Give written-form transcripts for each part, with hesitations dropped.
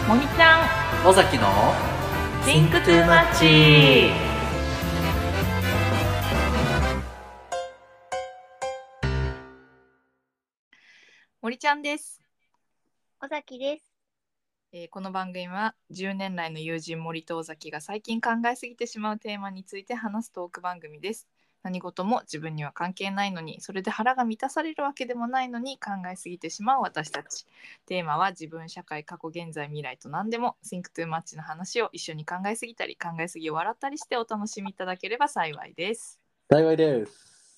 もみちゃん尾崎の Think Too Much。森ちゃんです。 尾崎です。 この番組は10年来の友人森と尾崎が最近考えすぎてしまうテーマについて話すトーク番組です。何事も自分には関係ないのに、それで腹が満たされるわけでもないのに考えすぎてしまう私たち。テーマは自分、社会、過去、現在、未来と何でも Think Too Much の話を一緒に考えすぎたり考えすぎを笑ったりしてお楽しみいただければ幸いです。 幸いです。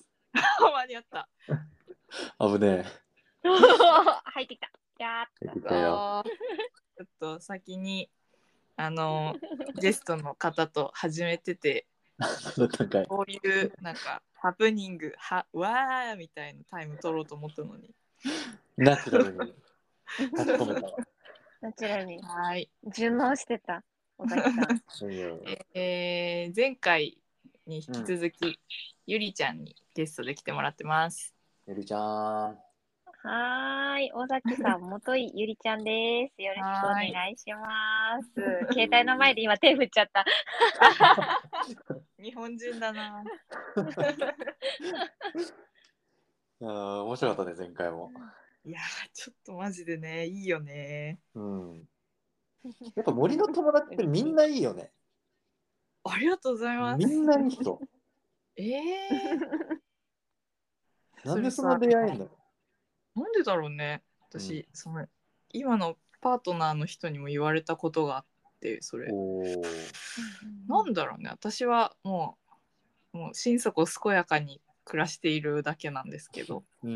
間に合った。 危ね入ってきた。やえ。 ーっできたよ。 ちょっと先にゲストの方と始めてて、 その高い。 こういうなんかハプニングわーみたいなタイム取ろうと思ったのに。 ナチュラルに書き込めたわ。 ナチュラルにはい。 順応してた尾崎さん。 前回に引き続き、ゆりちゃんにゲストで来てもらってます。 ゆりちゃん。 はーい、尾崎さん、元井ゆりちゃんです。よろしくお願いします。携帯の前で今手振っちゃった。 日本人だな。 面白かったね、前回も。 いやー、ちょっとマジでね、いいよね。 うん。やっぱ森の友達ってみんないいよね。 ありがとうございます。 みんないい人。なんでそんな出会えんの？ なんでだろうね。私、今のパートナーの人にも言われたことがあって、それ。なんだろうね。私はもう心底健やかに暮らしているだけなんですけど。 うん。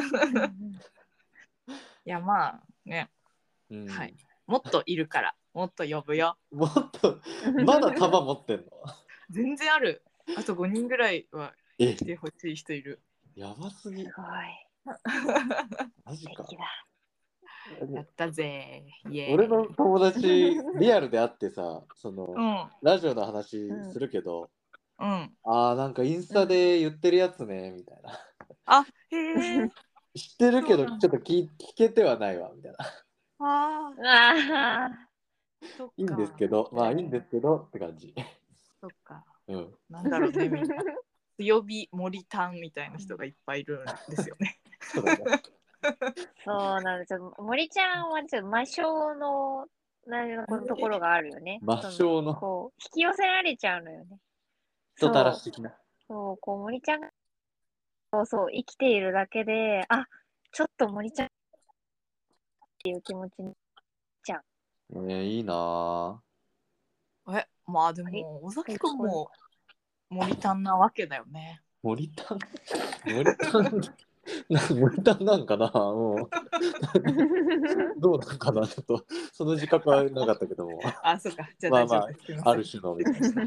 いや、まあね、 うん、 はい。もっといるから、もっと呼ぶよ。 もっと、まだ束持ってんの？ 全然ある。あと5人ぐらいは来てほしい人いる。 やばすぎ。 すごい。 マジか。 素敵だ。 やったぜ。イエーイ。 俺の友達リアルで会ってさ、 うんラジオの話するけど、 うん。 なんかインスタで言ってるやつね、みたいな。 あ、へえ。 知ってるけど、ちょっと聞けてはないわ、みたいな。 ああ。そっか。 いいんですけど、まあいいんですけどって感じ。 そっか。 うん。 なんだろうね、みんな。強火森タンみたいな人がいっぱいいるんですよね。 そうだね。 そうなんですよ。森ちゃんはちょっと魔性のところがあるよね。 魔性のこう引き寄せられちゃうのよね。 人たらし的な。 そう、こう森ちゃんがそう生きているだけで、ちょっと森ちゃんっていう気持ちになっちゃう。 いいなぁ。 まあでも尾崎くんも森タンなわけだよね。 森タン森タンなんかな、もうどうなんかな、ちょっとその自覚はなかったけども。 あ、そうか。じゃあまあ大丈夫です。 ある種のみたいな。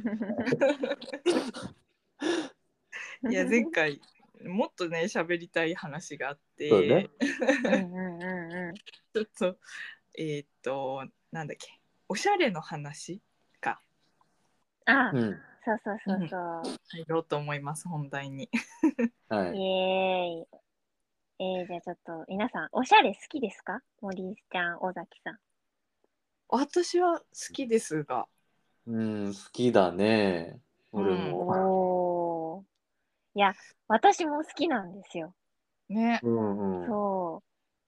いや、前回もっとね喋りたい話があって、 そうね。 ちょっとなんだっけ、おしゃれの話か。 そうそうそうそう。 入ろうと思います、本題に。 はい。 イエーイ。じゃあちょっと皆さんおしゃれ好きですか？森ちゃん、尾崎さん。 私は好きですが。 好きだね。俺も。 いや、私も好きなんですよ。 ね。 そう。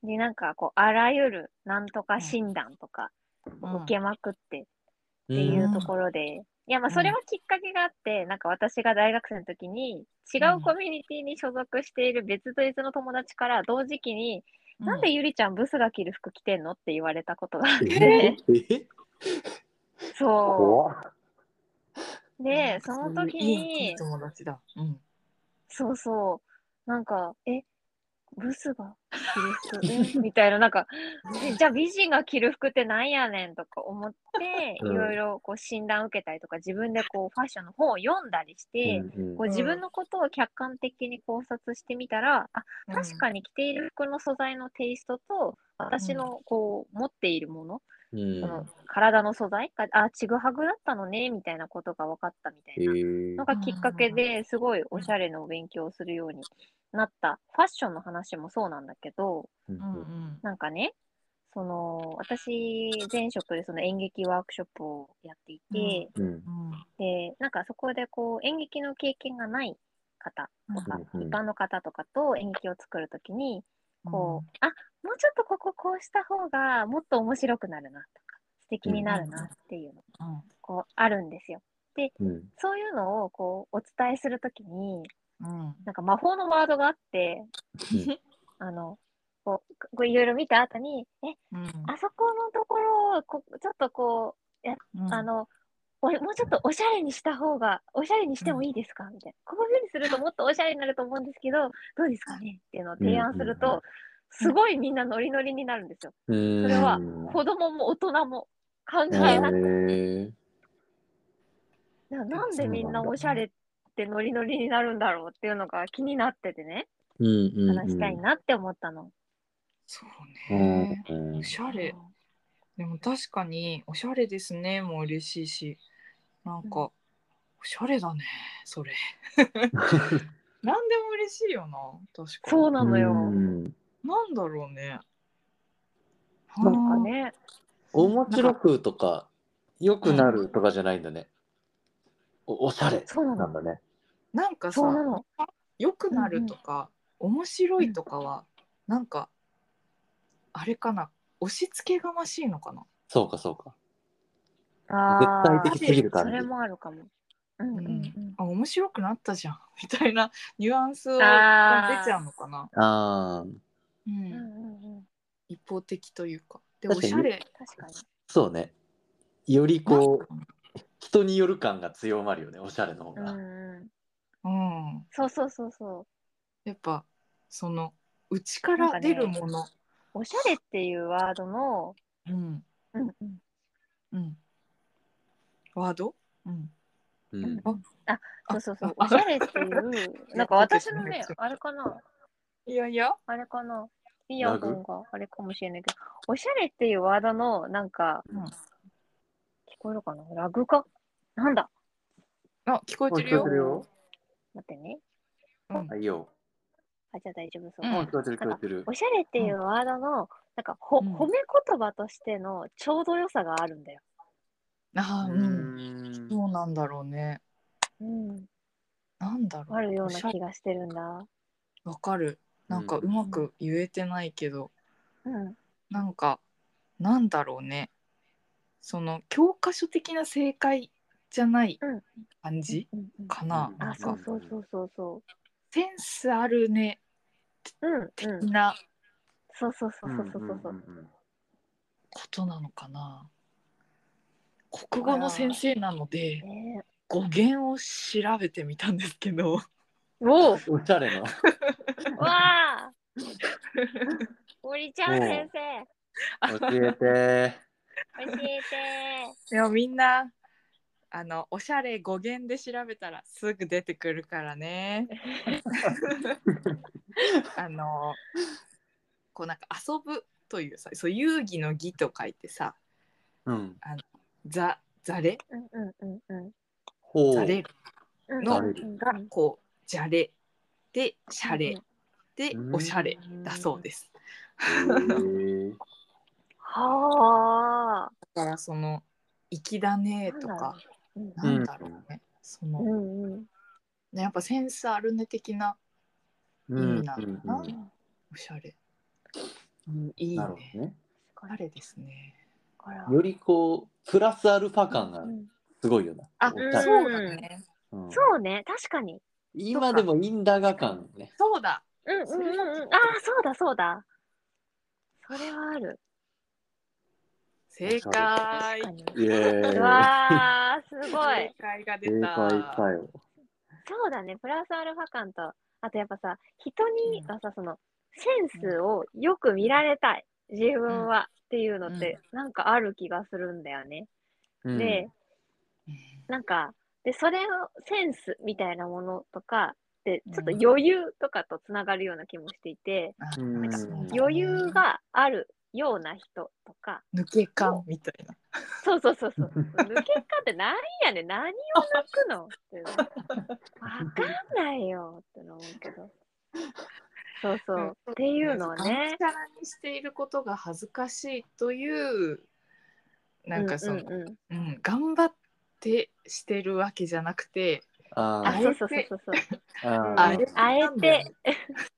で、なんかこう、あらゆるなんとか診断とか受けまくってっていうところで、いや、まあそれはきっかけがあって、なんか私が大学生の時に違うコミュニティに所属している別の友達から同時期に、なんでゆりちゃんブスが着る服着てんのって言われたことがあって、そう。で、その時に、 いい友達だ。 そうそう、なんか、ブスが着る服みたいな、なんか、じゃあ美人が着る服ってなんやねんとか思って、いろいろこう診断受けたりとか、自分でこうファッションの本を読んだりして、こう自分のことを客観的に考察してみたら、確かに着ている服の素材のテイストと、私のこう持っているもの、その体の素材が、ちぐはぐだったのね、みたいなことが分かったみたいなのがきっかけですごいおしゃれの勉強をするようになった。ファッションの話もそうなんだけど、なんかね、 その私前職でその演劇ワークショップをやっていて、 うんでなんかそこでこう演劇の経験がない方とか、 うん一般の方とかと演劇を作るときにこう、あ、もうちょっとここうした方がもっと面白くなるなとか素敵になるなっていうのこうあるんですよ。でうんそういうのをこうお伝えするときにうんなんか魔法のワードがあってあのこういろいろ見た後にあそこのところをちょっとこうもうちょっとおしゃれにした方が、おしゃれにしてもいいですかみたいな。こういう風にするともっとおしゃれになると思うんですけど、どうですかねっていうのを提案すると、すごいみんなノリノリになるんですよ。それは子供も大人も関係なく。なんでみんなおしゃれってノリノリになるんだろうっていうのが気になっててね、話したいなって思ったの。 そうね。おしゃれ。でも確かにおしゃれですねも嬉しいし、なんか、おしゃれだねそれ。なんでも嬉しいよな、確かに。 そうなのよ。 なんだろうね。 なんかね。 面白くとか良くなるとかじゃないんだね。おしゃれなんだね。 なんかさ、良くなるとか、面白いとかは、なんかあれかな、押し付けがましいのかな。 そうかそうか。 ああ、 絶対的すぎる感じ。 それもあるかも。 あ、面白くなったじゃんみたいなニュアンスが出ちゃうのかな。 ああ。 一方的というか。で、おしゃれ。 確かに。 そうね。よりこう人による感が強まるよね、おしゃれの方が。 そうそうそうそう。 やっぱその内から出るもの。 おしゃれっていうワードの、 ワード？ そうそうそう。おしゃれっていう、なんか私のね、あれかな。 いやいや。 あれかな。イヤホンがあれかもしれないけど、おしゃれっていうワードの、なんか、聞こえるかな、ラグかなんだ。 あ、聞こえてるよ。 待ってね。 いいよ。 じゃあ大丈夫そう。 聞こえてる聞こえてる。 おしゃれっていうワードの、なんか褒め言葉としてのちょうど良さがあるんだよ。 そうなんだろうね。なんだろう。 あるような気がしてるんだ。 わかる。なんかうまく言えてないけど、なんかなんだろうね。その教科書的な正解じゃない感じかな。 あ、そうそうそうそうそう。 センスあるね。的な。 そうそうそうそうそうそう。 ことなのかな。国語の先生なので、語源を調べてみたんですけど。 おしゃれの。 わあ。森ちゃん先生。 教えて。 教えて。 でもみんなおしゃれ語源で調べたらすぐ出てくるからね。こうなんか遊ぶというさ、そう遊戯の戯と書いてさ、ざれ、ざれるのがこうじゃれでしゃれでおしゃれだそうです。 はあ。 だからその粋だねとかなんだろうね、そのやっぱセンスあるね的な意味なのかな。おしゃれ。いいね。あれですね。 よりこうプラスアルファ感がすごいよな。 あ、そうだね。 そうね、確かに。 今でもインダガ感ね。 そうだ。 あ、そうだそうだ。それはある。 正解。 うわー、すごい。 正解が出た。 そうだね、プラスアルファ感と、あとやっぱさ、人にはさ、その、センスをよく見られたい。自分はっていうのって、なんかある気がするんだよね。で、なんか、で、それを、センスみたいなものとか、で、ちょっと余裕とかとつながるような気もしていて、なんか余裕があるような人とか。 抜け感みたいな。 そう。抜け感って何やねん、何を抜くのって、わかんないよって思うけど。 そうそう。っていうのをがむね。 しゃらにしていることが恥ずかしいというなんかその、頑張ってしてるわけじゃなくて、 ああ、そうそうそうそうそう。 あれあえなんだよてね。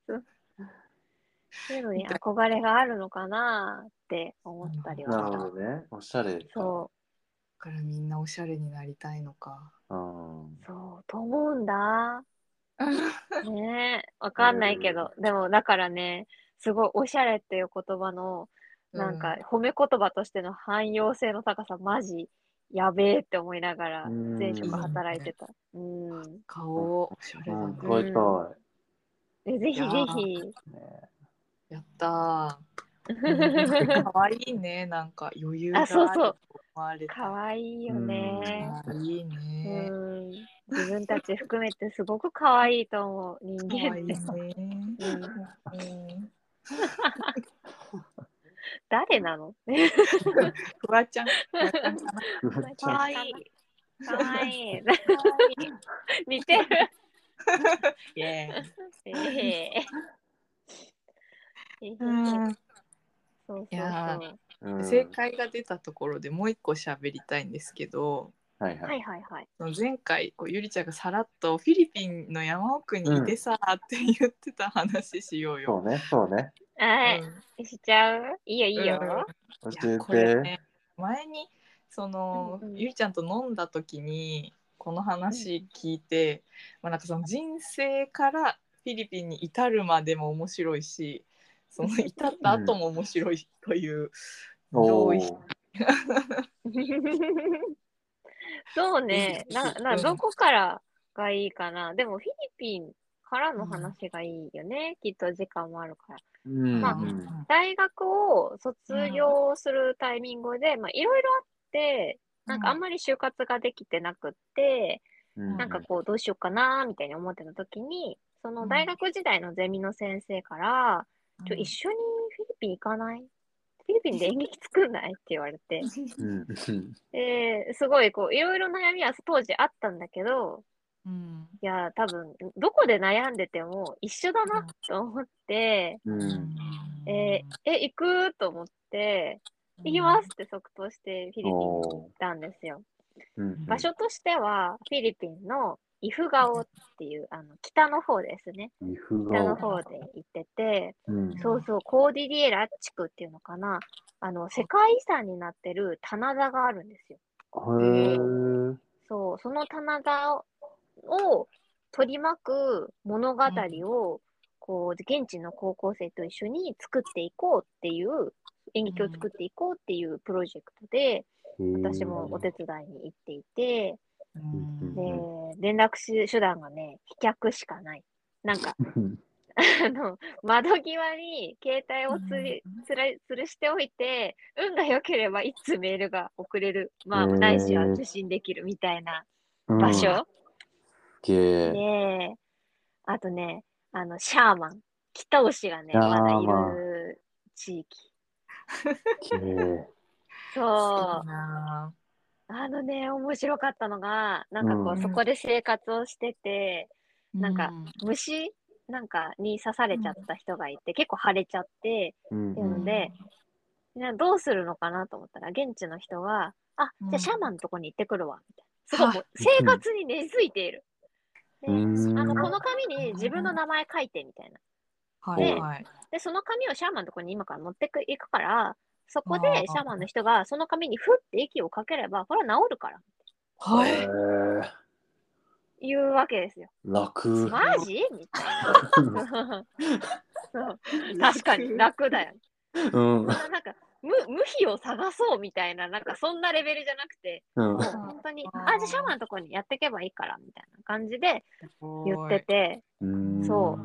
っていうのに憧れがあるのかなって思ったりはなるした。 ほどね。おしゃれか。 そだからみんなおしゃれになりたいのか。 うん。 そう、と思うんだ。ねえ、わかんないけど、でもだからね、すごいおしゃれっていう言葉の、なんか褒め言葉としての汎用性の高さ、マジやべえって思いながら前職働いてた。 顔おしゃれだね。 買いたぜひぜひ。 い。ねやったー。かわいいね。なんか余裕あ、そうそう。 があると思われかた。 わいいよね。 いいね。 自分たち含めてすごくかわいいと思う、人かわいい間って。 ね。 誰なのフワちゃん。フワちゃんかな。かわいい。 かわいい。 かわいい。 似てる。 イエーイ。 そういやそう正解が出たところでもう一個喋りたいんですけど、 はいは。 はいいはいはい。 その前回ゆりちゃんがさらっとフィリピンの山奥にいてさって言ってた話しようよ。 そうね、そうね。 はい。しちゃういいよいいよ。 いや教えこれて。 ね、前にその、 うんうんゆりちゃんと飲んだ時にこの話聞いて、なんかその人生からフィリピンに至るまでも面白いし、その至った後も面白いという同意。 そうね。どこからがいいかな。でもフィリピンからの話がいいよね。きっと時間もあるから。まあ、大学を卒業するタイミングで、まあ、いろいろあって、なんかあんまり就活ができてなくって、なんかこう、どうしようかな、みたいに思ってた時に、その大学時代のゼミの先生から、一緒にフィリピン行かないフィリピンで演劇作んないって言われて、すごいこう、いろいろ悩みは当時あったんだけど、いや、多分、どこで悩んでても一緒だなと思って、行くと思って、行きますって即答してフィリピンに行ったんですよ。場所としては、フィリピンのイフガオっていう、北の方ですね。北の方で行ってて、そうそう、コーディリエラ地区っていうのかな。世界遺産になってる棚田があるんですよ。そう、その棚田を取り巻く物語を、こう、現地の高校生と一緒に作っていこうっていう、演劇を作っていこうっていうプロジェクトで、私もお手伝いに行っていて、で、連絡手段がね、飛脚しかない。なんか、窓際に携帯を吊るしておいて、運が良ければいつメールが送れる。まあ、ないしは受信できるみたいな場所。で、あとね、シャーマン。北牛がね、まだいる地域。そう。面白かったのが、なんかこう、そこで生活をしてて、なんか、虫なんかに刺されちゃった人がいて、結構腫れちゃって、っていうので、どうするのかなと思ったら、現地の人が、じゃあシャーマンのとこに行ってくるわ、みたいな。すごいもう生活に根付いている。で、この紙に自分の名前書いて、みたいな。で、その紙をシャーマンのとこに今から持っていくから、そこでシャーマンの人がその紙にふって息をかければ、これは治るから。言うわけですよ。 楽。 マジみたいな。確かに楽だよ。なんか無比を探そうみたいな、なんかそんなレベルじゃなくて、もう本当に、じゃあシャーマンのとこにやっていけばいいから、みたいな感じで言ってて、そう。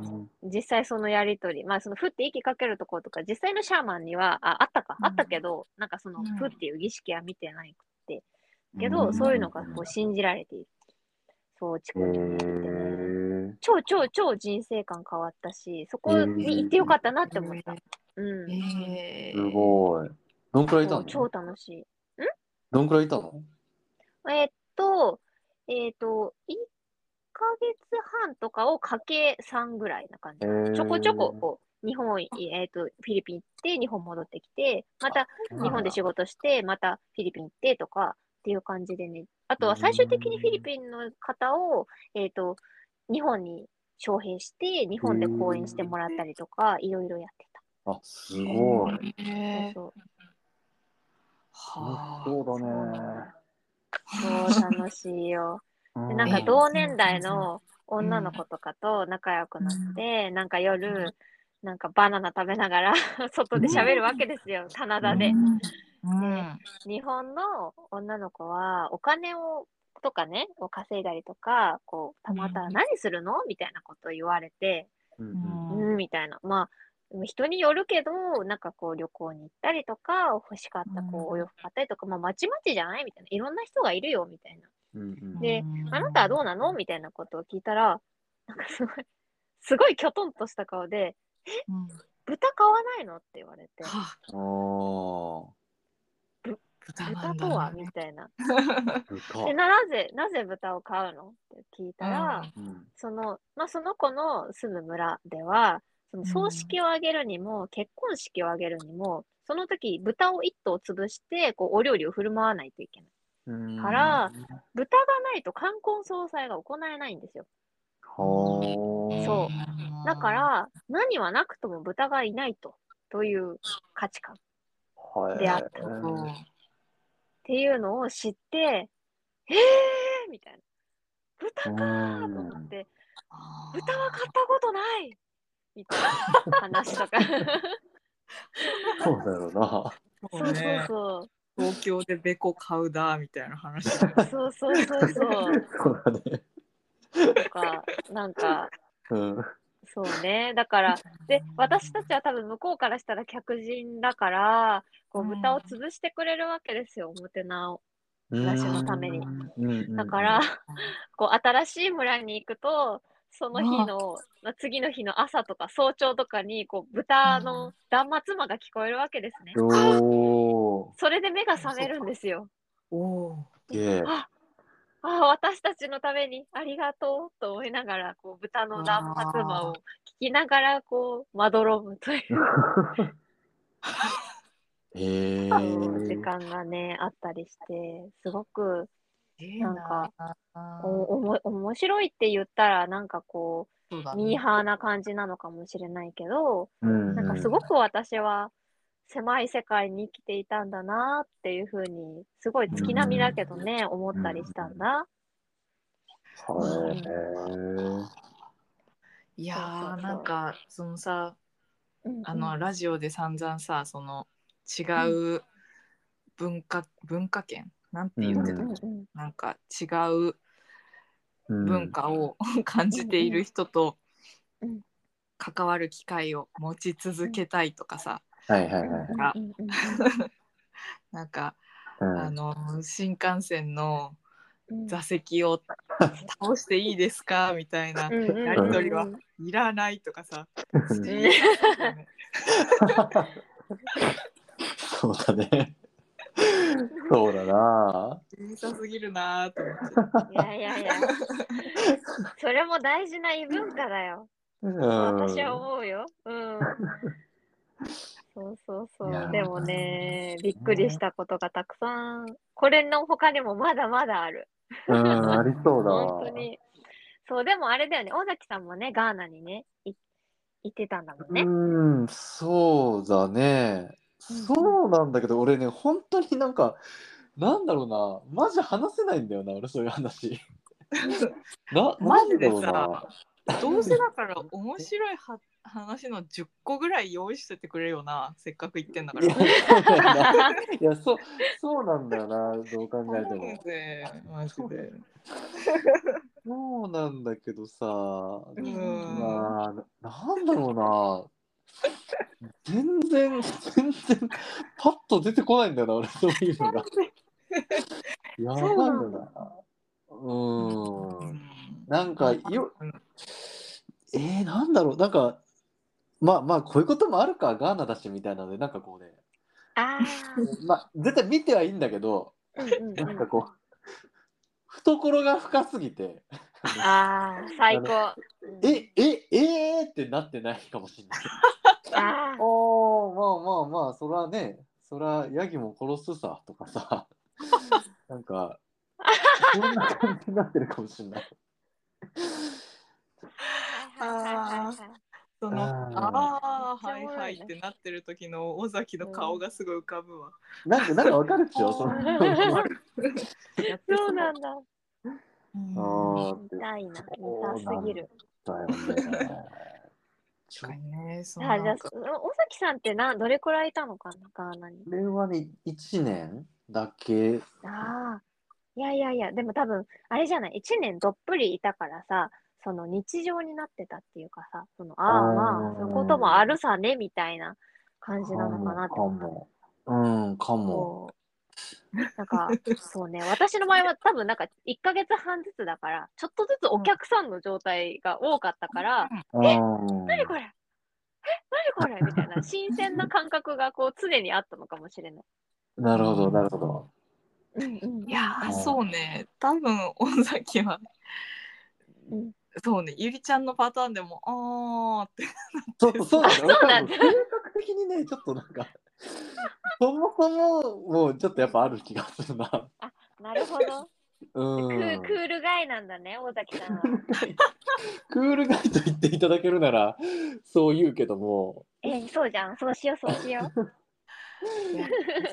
実際そのやりとり、まあそのふって息かけるところとか、実際のシャーマンには、あったけど、なんかそのふっていう儀式は見てないくて、けど、そういうのがこう信じられている。そう、地区にね、いてね。超人生観変わったし、そこに行ってよかったなって思った。 すごい。どんくらいいたの？ 超楽しい。 どんくらいいたの？ 1 月半とかをかけ3ぐらいな感じ。ちょこちょここう日本、フィリピン行って日本戻ってきて、また日本で仕事して、またフィリピン行ってとかっていう感じでね。あとは最終的にフィリピンの方を、日本に招聘して、日本で講演してもらったりとか、いろいろやってた。 あ、すごい。 そうはあ。 そうだね。 そう楽しいよ。で、なんか同年代の女の子とかと仲良くなって、なんか夜、なんかバナナ食べながら外で喋るわけですよ、棚田で。日本の女の子はお金とかね、を稼いだりとか、こう、たまったら何するのみたいなことを言われて、みたいな。まあ、人によるけど、なんかこう旅行に行ったりとか、欲しかったこうお洋服買ったりとか、まあまちまちじゃないみたいな。いろんな人がいるよ、みたいな。で、あなたはどうなのみたいなことを聞いたら、なんかすごいきょとんとした顔で、豚買わないのって言われて。豚とはみたいな。でなぜ豚を飼うのって聞いたら、その子の住む村では、その葬式を挙げるにも、結婚式を挙げるにも、その時豚を一頭潰して、こうお料理を振る舞わないといけない。から、豚がないと冠婚葬祭が行えないんですよ。そう。だから、何はなくとも豚がいないという価値観であった。っていうのを知って、みたいな。豚かーと思って、豚は買ったことないみたいな話とか。 そうだろうな。 そう。 東京でベコ買うだみたいな話。 そう。 そうだね。 とか、なんか、そうね。だから、で、私たちは多分向こうからしたら客人だから、こう豚を潰してくれるわけですよ、おもてなしのために。だから、こう新しい村に行くと、その日の、次の日の朝とか早朝とかに、こう豚の断末魔が聞こえるわけですね。それで目が覚めるんですよ。私たちのためにありがとうと思いながら、こう豚の断末魔を聞きながら、こうまどろむという時間がね、あったりして、すごく、なんか、面白いって言ったら、なんかこう、ミーハーな感じなのかもしれないけど、なんかすごく私は狭い世界に生きていたんだなっていうふうに、すごい月並みだけどね、思ったりしたんだ。 いやー、なんかそのさ、ラジオで散々さ、その違う文化圏なんて言ってたっけ、なんか違う文化を感じている人と関わる機会を持ち続けたいとかさ、なんか新幹線の座席を倒していいですかみたいなやり取りはいらないとかさ、 そうだね。そうだな。 小さすぎるなと思って。 いや。それも大事な異文化だよ。私は思うよ。そう。でもね、びっくりしたことがたくさん、これの他にもまだまだある。 ありそうだ。 本当に。そう、でもあれだよね、尾崎さんもね、ガーナにね、行ってたんだもんね。 そうだね。そうなんだけど、俺ね、本当になんか、なんだろうな、マジ話せないんだよな、俺そういう話。 マジでさ、どうせだから面白い話の10個ぐらい用意しててくれよな、せっかく言ってんだから。 いや、そうなんだよな、どう考えても。 マジで。 そうなんだけどさ、まあ、なんだろうな、全然、パッと出てこないんだよな、俺、そういうのが。やばいよな。なんかなんだろう、なんか、まあ、こういうこともあるか、ガーナだしみたいなので、なんかこうね、まあ、絶対見てはいいんだけど、なんかこう、懐が深すぎて、 ああ、最高。 ってなってないかもしれない。 ああ、 まあ、そらね、そらヤギも殺すさとかさ、なんか、そんな感じになってるかもしれない。 はいはいはいはいはい。 そのあはいはいってなってる時の尾崎の顔がすごい浮かぶわ。 なんかわかるでしょ、その。 あるやってそうなんだ。 見見たいな。見たすぎる。 だよね。 確かにね、そあ、じゃあ、 なんか尾崎さんってどれくらいいたのかな、ガーナに。 これはね、1年だけ。 ああ、いやいやいや、でも多分、あれじゃない、1年どっぷりいたからさ、その日常になってたっていうかさ、まあ、そういうこともあるさね、みたいな感じなのかなって思った。 かも。 そう。なんか、そうね、私の場合は多分なんか1ヶ月半ずつだから、ちょっとずつお客さんの状態が多かったから、何これ何これみたいな、新鮮な感覚がこう常にあったのかもしれない。 なるほど、なるほど。 いやそうね、多分尾崎は、そうね、ゆりちゃんのパターンでもってちょっとそうなんだ。 そうなんだ。 性格的にね、ちょっとなんか、そもそももうちょっとやっぱある気がするな。 あ、なるほど。クうん。 ールガイなんだね、尾崎さんは。 クールガイと言っていただけるならそう言うけども。 そうじゃん。そうしよう、そうしよう。 いや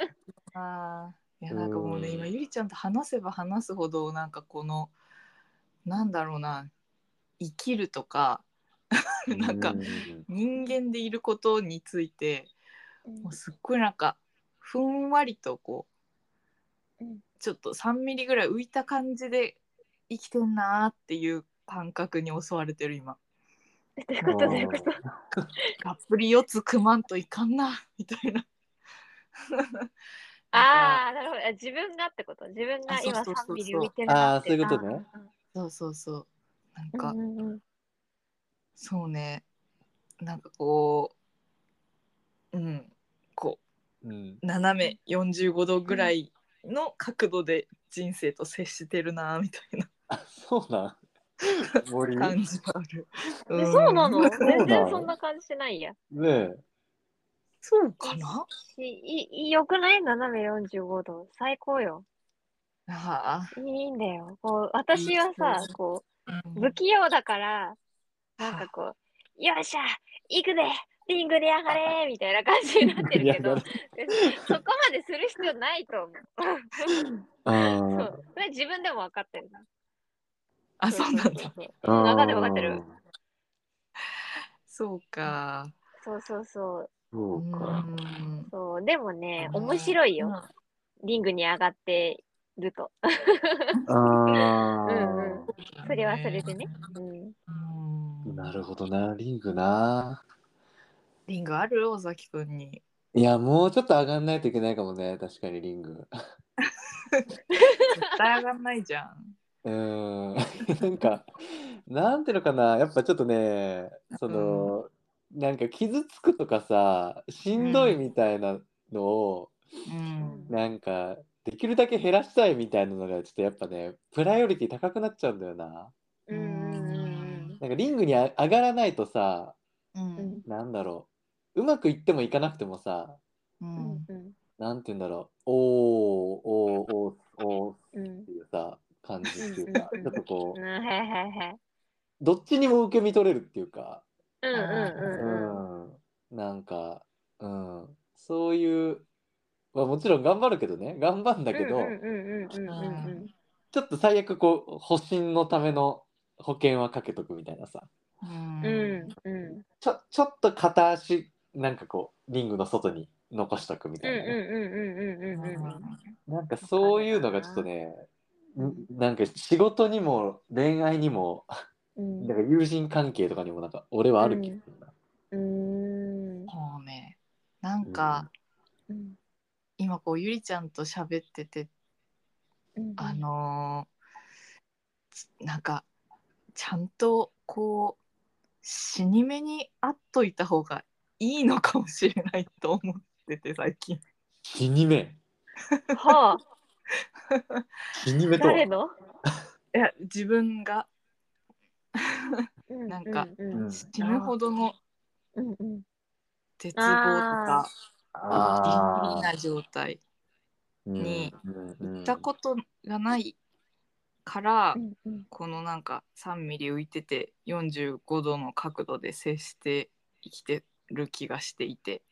なんかもうね、今ゆりちゃんと話せば話すほどなんかこのなんだろうな、生きるとかなんか人間でいることについてもうすっごいなんかふんわりとこうちょっと3ミリぐらい浮いた感じで生きてんなっていう感覚に襲われてる今。 どういうことどういうことがっぷり四つ組まんといかんなみたいな。 ああ、なるほど。自分がってこと自分が今3 そうそうそうミリ浮いそう。 てるなって。 そういうことね。 そうそうそう。なんか、 うんうんうん、 そうね。なんかここう、斜め45度ぐらいの角度で人生と接してるなみたいなあ、そうなん森感じがある。 そうなのそうな全然のそんな感じしないや。 ねえ。 そうかな。 よくない斜め45度。最高よ。 あいいんだよ。こう、私はさ、こう、不器用だから、なんかこう、よっしゃ行くでリングで上がれみたいな感じになってるけど、そこまでする必要ないと思う。そう。それ自分でも分かってるな。 あ、そうなんだ。 分かってる分かってる。 そうか。 そうそうそう。 そうか。 そう。でもね、面白いよ。リングに上がってると。それはそれでね。 なるほどな、リングな。 リングある尾崎くんに。 いや、もうちょっと上がんないといけないかもね、確かにリング。 絶対上がんないじゃん。 なんか、なんていうのかな、やっぱちょっとね、なんか傷つくとかさ、しんどいみたいなのを、なんか、できるだけ減らしたいみたいなのが、ちょっとやっぱね、プライオリティ高くなっちゃうんだよな。なんかリングに上がらないとさ、なんだろう、うまくいってもいかなくてもさ、なんていうんだろう、っていうさ、感じっていうか、ちょっとこう、どっちにも受け身取れるっていうか、なんか、そういう、まあもちろん頑張るけどね、頑張るんだけど、ちょっと最悪こう、保身のための保険はかけとくみたいなさ、ちょっと片足、なんかこう、リングの外に残しとくみたいなね。なんかそういうのがちょっとね、なんか仕事にも恋愛にも、なんか友人関係とかにもなんか俺はある気がするな。 そうね。なんか、今こうゆりちゃんと喋ってて、なんかちゃんとこう死に目にあっといた方がいいのかもしれないと思ってて最近。 死に目。 はあ。 死に目とは。 誰のいや自分がなんかうん死ぬほどのうんうん絶望とかギリギリあな状態に行ったとことがないからうんうんこのなんか3ミリ浮いてて45度の角度で接して生きてる気がしていて、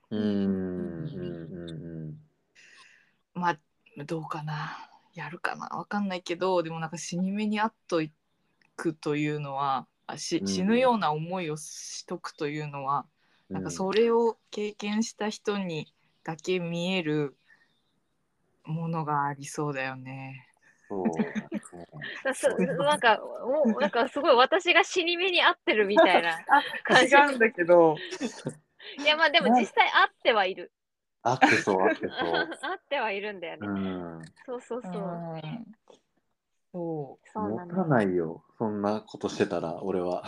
まあどうかな、やるかな、わかんないけど、でもなんか死に目にあっといくというのは死ぬような思いをしとくというのは、なんかそれを経験した人にだけ見えるものがありそうだよね。 なんかすごい私が死に目に合ってるみたいな感じ。 違うんだけど、 いやまあでも実際合ってはいる。 合ってそう合ってそう合ってはいるんだよね。そうそうそう。 そう持たないよ、そんなことしてたら俺は。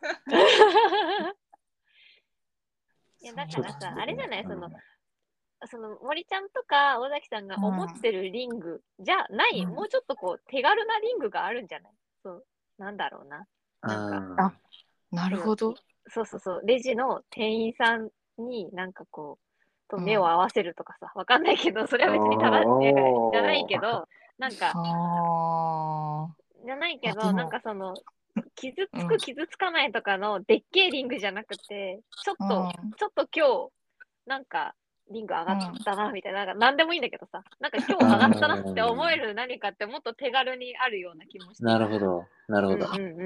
いやだからさ、あれじゃない、その森ちゃんとか尾崎さんが思ってるリングじゃない、もうちょっとこう手軽なリングがあるんじゃない？そう、なんだろうな。なんか、 なるほど。 そうそうそう、レジの店員さんになんかこう、と目を合わせるとかさ、わかんないけど、それは別に正しい、じゃないけど、なんか、じゃないけど、なんかその、傷つく傷つかないとかのでっけえリングじゃなくて、ちょっと今日、なんか、リング上がったな、みたいな、なんでもいいんだけどさ、なんか今日上がったなって思える何かってもっと手軽にあるような気もして。 なるほど、なるほど。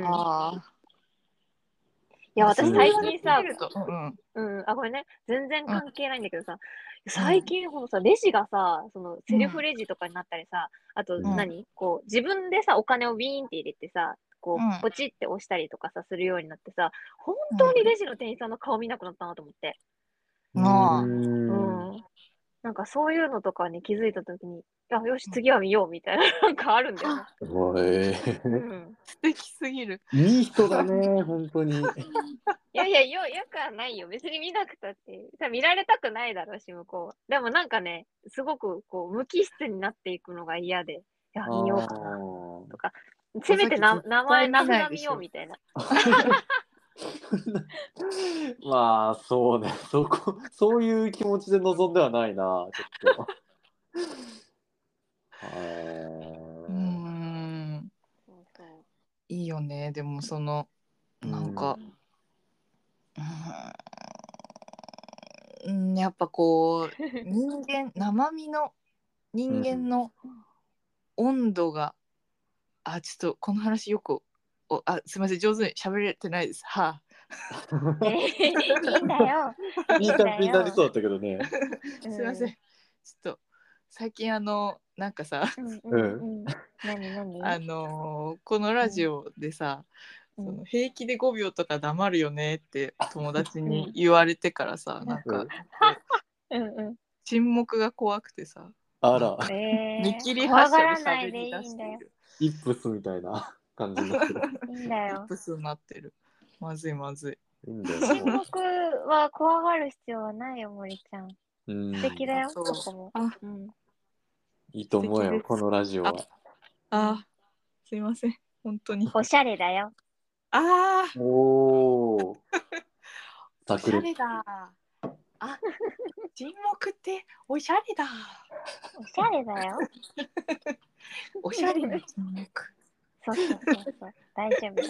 いや、私最近さ、ごめんね、全然関係ないんだけどさ、最近このさ、レジがさ、そのセルフレジとかになったりさ、あとこう、自分でさ、お金をビーンって入れてさ、こう、ポチって押したりとかさ、するようになってさ、本当にレジの店員さんの顔見なくなったなと思って。なんかそういうのとかに気づいたときに、よし、次は見ようみたいな、なんかあるんだよね。 素敵すぎる。 いい人だね、本当に。 いやいや、よくはないよ。別に見なくたって。見られたくないだろうし、向こうは。でもなんかね、すごくこう、無機質になっていくのが嫌で、いや、見ようかな。とか、せめて名札見ようみたいな。 まあ、そうね、そういう気持ちで臨んではないな、ちょっと。 いいよね、でもその、なんか、やっぱこう、生身の人間の温度が、ちょっとこの話よく、すいません、上手に喋れてないです。はあ。 いいんだよ。 いい感じになりそうだったけどね。 すいません。ちょっと最近なんかさ、 何このラジオでさ、その平気で5秒とか黙るよねって友達に言われてからさ、なんか沈黙が怖くてさ、 あら、 見切り発車で喋り出出している。 イップスみたいな感じになってる。 いいんだよ。 イップスになってる。まずいまずい。 いいんだよ。 沈黙は怖がる必要はないよ、森ちゃん。素敵だよ、そこも。 いいと思うよ、このラジオは。 すいません、本当に。 おしゃれだよ。 おー。 おしゃれだ。沈黙っておしゃれだ。 おしゃれだよ。 おしゃれな沈黙。 そう。大丈夫。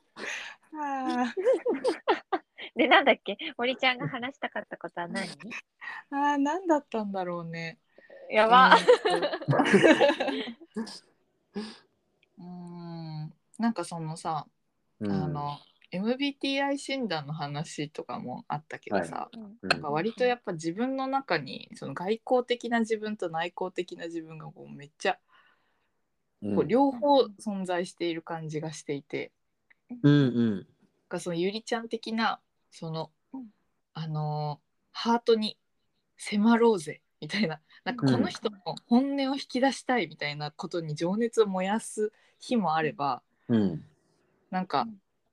で、なんだっけ、森ちゃんが話したかったことは何？ 何だったんだろうね。 やば。 なんかそのさ、MBTI 診断の話とかもあったけどさ、なんか割とやっぱ自分の中にその外向的な自分と内向的な自分がこうめっちゃこう両方存在している感じがしていて、そのゆりちゃん的なそのハートに迫ろうぜみたいな、なんかこの人の本音を引き出したいみたいなことに情熱を燃やす日もあれば、なんか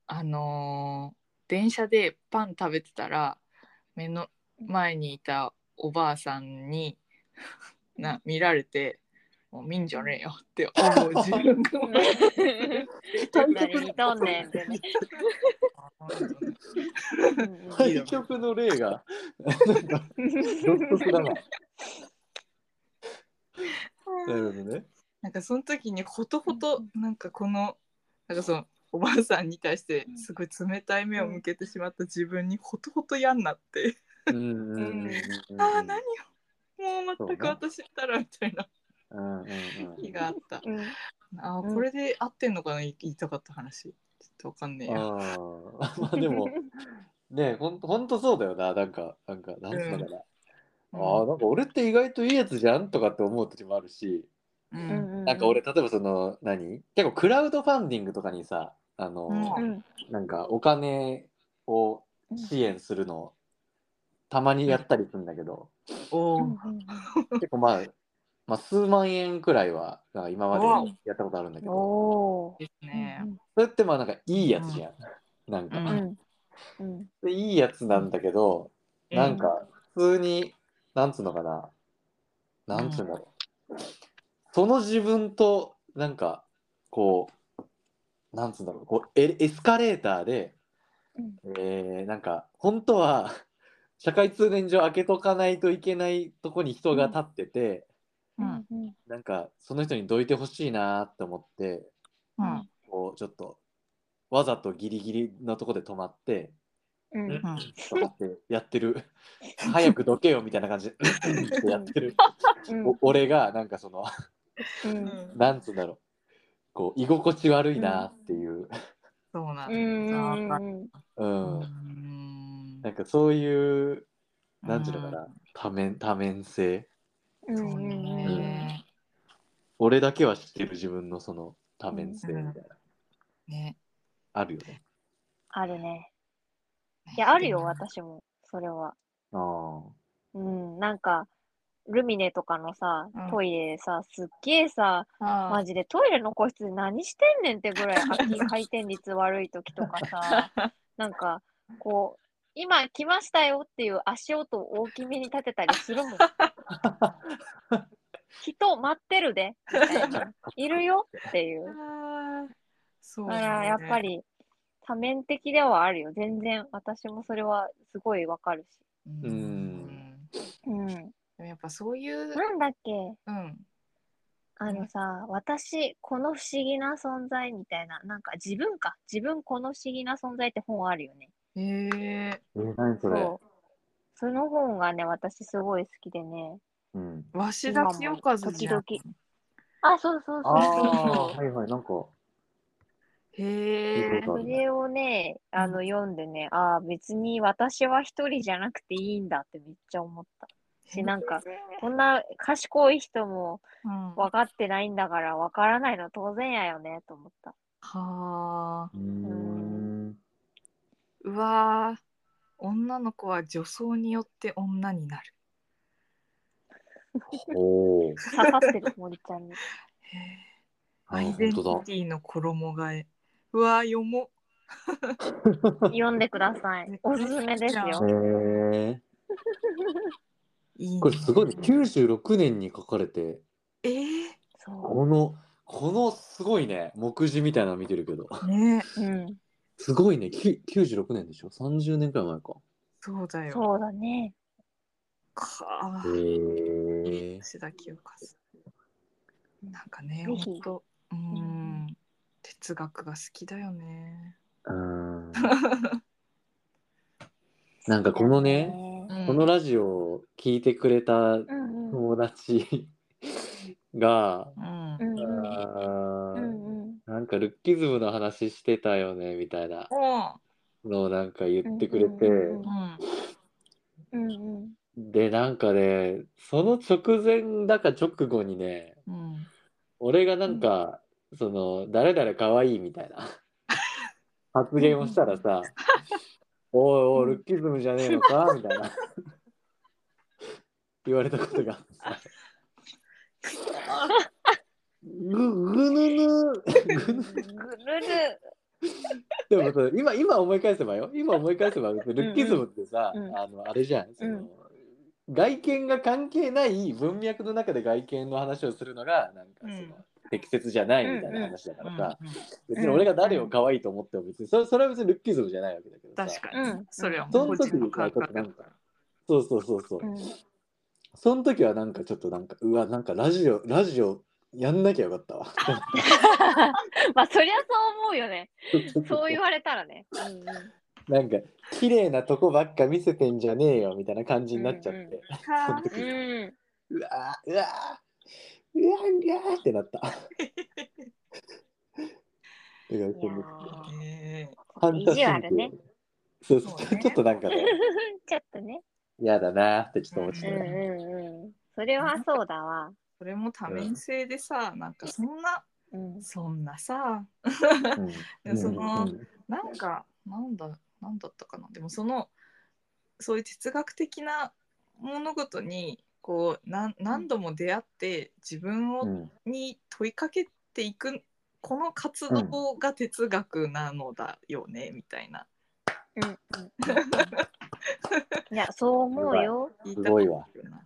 電車でパン食べてたら目の前にいたおばあさんに見られてもう見んじゃねえよって思う自分が何見とんねんってね。 対局の例がなんか独特だな。なるほどね。 なんかその時にほとほとなんかこのなんかそのおばあさんに対してすごい冷たい目を向けてしまった自分にほとほと嫌になってああ何よもう全く私ったらみたいな日があった。ああこれで合ってんのかな言いたかった話ちょっとわかんねえや。 まあでもねほんとそうだよな。なんかなんつうのかな。なんか俺って意外といいやつじゃんとかって思う時もあるし、なんか俺例えばその結構クラウドファンディングとかにさなんかお金を支援するのたまにやったりするんだけど、結構まあ数万円くらいは今までやったことあるんだけど、それってまあなんかいいやつじゃん。なんかでいいやつなんだけど、なんか普通になんつうのかな、なんつうんだろう、その自分となんかこうなんつうんだろう、こうエスカレーターで、なんか本当は社会通念上開けとかないといけないとこに人が立ってて、なんかその人にどいてほしいなって思って、こうちょっとわざとギリギリのとこで止まって、とかってやってる早くどけよみたいな感じでってやってる俺がなんかそのなんつうんだろう、こう居心地悪いなっていう、 そうなんだ。 なんかそういうなんていうのかな、多面性。 そうね。 俺だけは知ってる自分のその多面性みたいな。 ね。 あるよね。 あるね。いや、あるよ、私も。それは。なんか、ルミネとかのさ、トイレさ、すっげえさ、マジでトイレの個室で何してんねんってぐらい回転率悪い時とかさ、なんか、こう、今来ましたよっていう足音を大きめに立てたりするもん。人待ってるで、みたいな。いるよっていう。だからやっぱり多面的ではあるよ。全然私もそれはすごいわかるし。 でもやっぱそういうなんだっけ、さ、私この不思議な存在みたいな、なんか自分この不思議な存在って本あるよね。 何それ。 そう。その本がね、私すごい好きでね。 鷲田清和じゃん。 あ、そうそうそうそう。 はいはい、なんか。 へえ。 それをね、読んでね、別に私は一人じゃなくていいんだってめっちゃ思った。なんか、こんな賢い人も分かってないんだから、分からないの当然やよね、と思った。 はあ。うわー、女の子は女装によって女になる。 刺さってる、森ちゃんに。 アイデンティティの衣替え。うわー、読もう。読んでください。おすすめですよ。 これすごい、96年に書かれて、このすごいね、目次みたいなの見てるけど。 ね。 すごいね、96年でしょ ?30 年くらい前か。 そうだよ。 そうだね。 吉田清和。なんかね、ほんと、哲学が好きだよね。 なんかこのね、このラジオを聞いてくれた友達が、なんかルッキズムの話してたよねみたいなのをなんか言ってくれて、でなんかね、その直前だか直後にね、俺がなんかその誰々かわいいみたいな発言をしたらさ、おいおいルッキズムじゃねえのかみたいな言われたことがあってさ、ぐぬぬでも今思い返せばよ、ルッキズムってさ、あれじゃん、その外見が関係ない文脈の中で外見の話をするのがなんかその、適切じゃないみたいな話だからさ、別に俺が誰を可愛いと思っても別にそれは別にルッキズムじゃないわけだけどさ、 確かに、それはその時もう個人のにちょっと感覚なんかそう、その時はなんかちょっとなんかうわなんかラジオやんなきゃよかったわまあそりゃそう思うよね。そう言われたらね。 なんか綺麗なとこばっか見せてんじゃねえよみたいな感じになっちゃって、その時にうわってなった。反射神経。そうそう、ちょっとなんかね。 ちょっとね。 嫌だなってちょっと思ってた。 それはそうだわ。 それも多面性でさ、なんかそんなさ、そのなんかなんだったかな。でもそういう哲学的な物事にこう何度も出会って自分に問いかけていくこの活動が哲学なのだよね、みたいな。 いやそう思うよ。 すごいわ。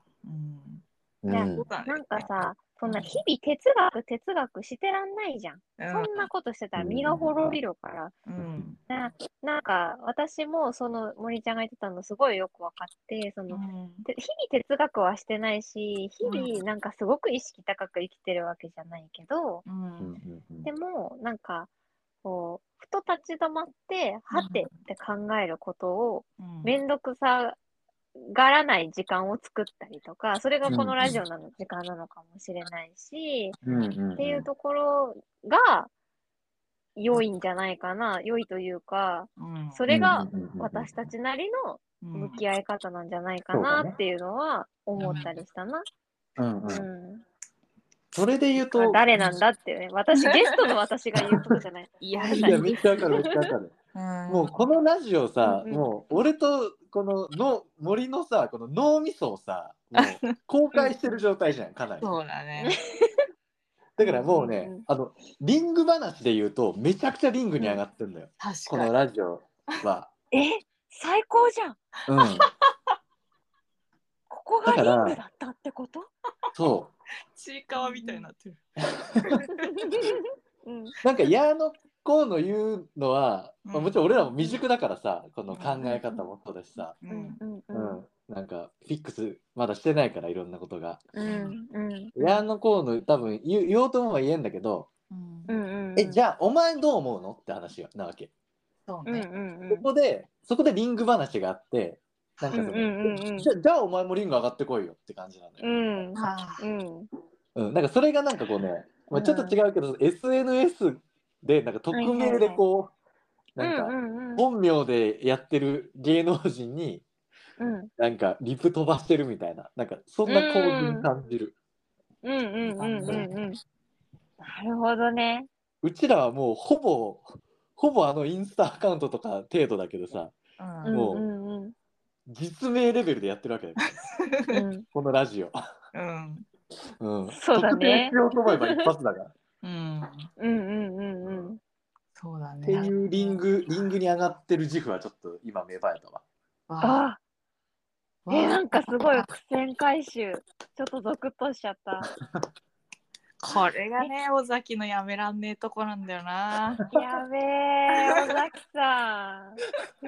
なんかさ、そんな日々哲学してらんないじゃん。そんなことしてたら身が滅びるから。なんか私もその森ちゃんが言ってたのすごいよく分かって、その日々哲学はしてないし、日々なんかすごく意識高く生きてるわけじゃないけど、でもなんかこうふと立ち止まってはてって考えることをめんどくさがらない時間を作ったりとか、それがこのラジオの時間なのかもしれないし、っていうところが良いんじゃないかな。良いというか、それが私たちなりの向き合い方なんじゃないかなっていうのは思ったりしたな。 それで言うと誰なんだってね、ゲストの私が言うことじゃない。 いやめっちゃわかるめっちゃわかる。もうこのラジオさ、もう俺とこの森のさこの脳みそをさもう公開してる状態じゃんかなり。 そうだね。 だからもうね、リング話で言うとめちゃくちゃリングに上がってんだよ、このラジオは。 最高じゃん。ここがリングだったってこと？ そう。 ちいかわみたいになってる。 なんか矢のこうの言うのは、もちろん俺らも未熟だからさ、この考え方もそうだしさ、なんかフィックスまだしてないからいろんなことが。矢のこうの多分言おうと思えば言えんだけど、じゃあお前どう思うのって話なわけ。そこでリング話があって、なんかじゃあお前もリング上がってこいよって感じなのよ。なんかそれがなんかこうね、ちょっと違うけど、SNS でなんか匿名でこうなんか本名でやってる芸能人になんかリプ飛ばしてるみたいな、なんかそんな構図に感じる。 なるほどね。 うちらはもうほぼインスタアカウントとか程度だけどさ、もう実名レベルでやってるわけだからこのラジオ。 そうだね。 特定しようと思えば一発だから。 そうだね。 っていうリングに上がってる自負はちょっと今芽生えたわ。 なんかすごい苦戦回収。ちょっとゾクッとしちゃった。 これがね、尾崎のやめらんねえとこなんだよな。 やべえ、尾崎さん。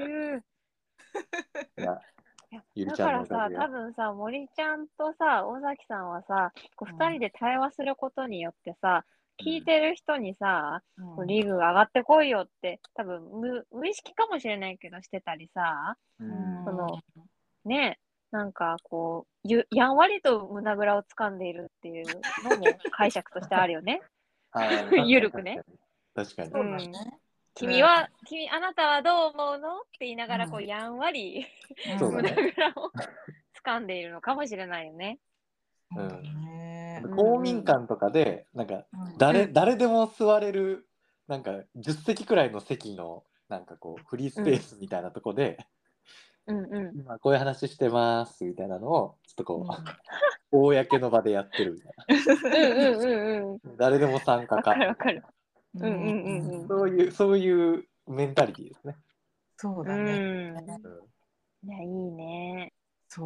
だからさ、多分さ、森ちゃんとさ、尾崎さんはさ、2人で対話することによってさ、聞いてる人にさ、リーグが上がってこいよって、多分無意識かもしれないけどしてたりさ、その、ね、なんかこう、やんわりと胸ぐらを掴んでいるっていうのも解釈としてあるよね。ゆるくね。 確かに。 あなたはどう思うのって言いながら、こう、やんわり、胸ぐらを掴んでいるのかもしれないよね。 公民館とかで、なんか、誰でも座れる、なんか、10席くらいの席の、なんかこう、フリースペースみたいなとこで、今こういう話してますみたいなのを、ちょっとこう、公の場でやってるみたいな。誰でも参加か。 わかる。 そういうメンタリティですね。 そうだね。 いや、いいね。 そう。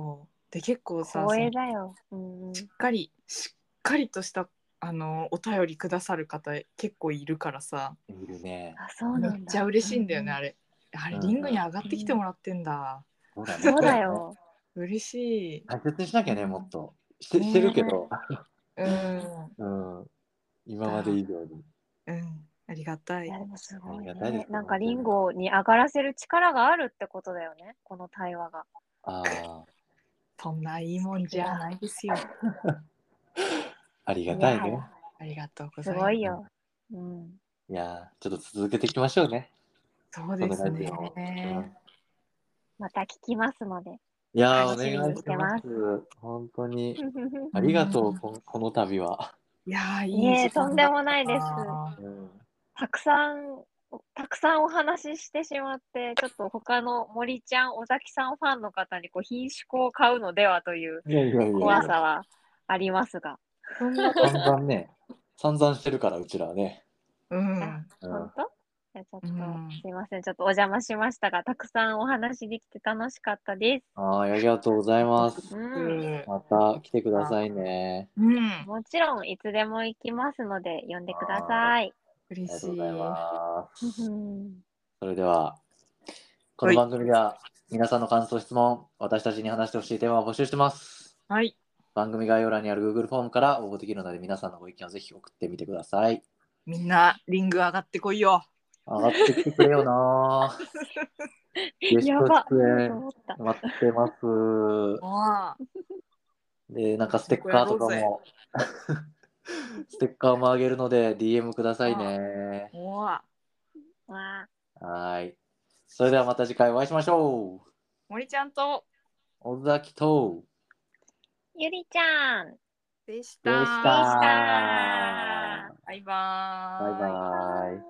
で結構さ、 光栄だよ。 しっかりとしたお便りくださる方結構いるからさ、 いるね。 あ、そうめなんだ。 っちゃ嬉しいんだよね、あれ。 れ。あれ、 うんリングに上がってきてもらってんだ。 そうだね。 そうだよ。 嬉しい。 大切にしなきゃね、もっと。してるけど、 うん。 今まで以上に。 ありがたい。 いや、でもすごいありがたいでね。 すなんかリンゴに上がらせる力があるってことだよね。この対話が。 あそんないいもんじゃないですよ。 ありがいたいね。 やはや、 ありがとうごすざいます。 ごいよ。うん。 いやー、ちょっと続けていきましょうね。 そうですこのラジオね。 また聞きますので。 いやー、お楽しみに願いしましてます。 す。本当に。ありがとう、この度は。 いやー、いいねえ、とんで時間だもないです。 うんたくさん、たくさんお話ししてしまって、ちょっと他の森ちゃん、尾崎さんファンの方に品種を買うのではといういやいやいやいや、 怖さはありますが。 そんなこと。 散々ね、散々してるから、うちらはね。 あ、 うん本当？じゃあちょっと、 うんすいません。ちょっとお邪魔しましたが、たくさんお話できて楽しかったです。 ありがとうございます。 うん。 また来てくださいね。 もちろん、いつでも行きますので、呼んでくだはい。 さい。 あり嬉しがとうございい。 まうす。 ん。 それでは、このはい番組では皆さんの感想、質問、私たちに話してほしいテーマを募集してます。 はい。 番組概要欄にある Google フォームから応募できるので、皆さんのご意見をぜひ送ってみてください。 みんな、リング上がってこいよ。 上がってきてくれよなゲストやば、 出言おうと演思った。 待ってます。 わあ、 で、なんかステッカーとかもステッカーもあげるので DM くださいね。 わあ、 わあ、 はい。それではまた次回お会いしましょう。 森ちゃんと尾崎とゆりちゃんでしでした。 でした。 た。 バイババイーイ。 バイ。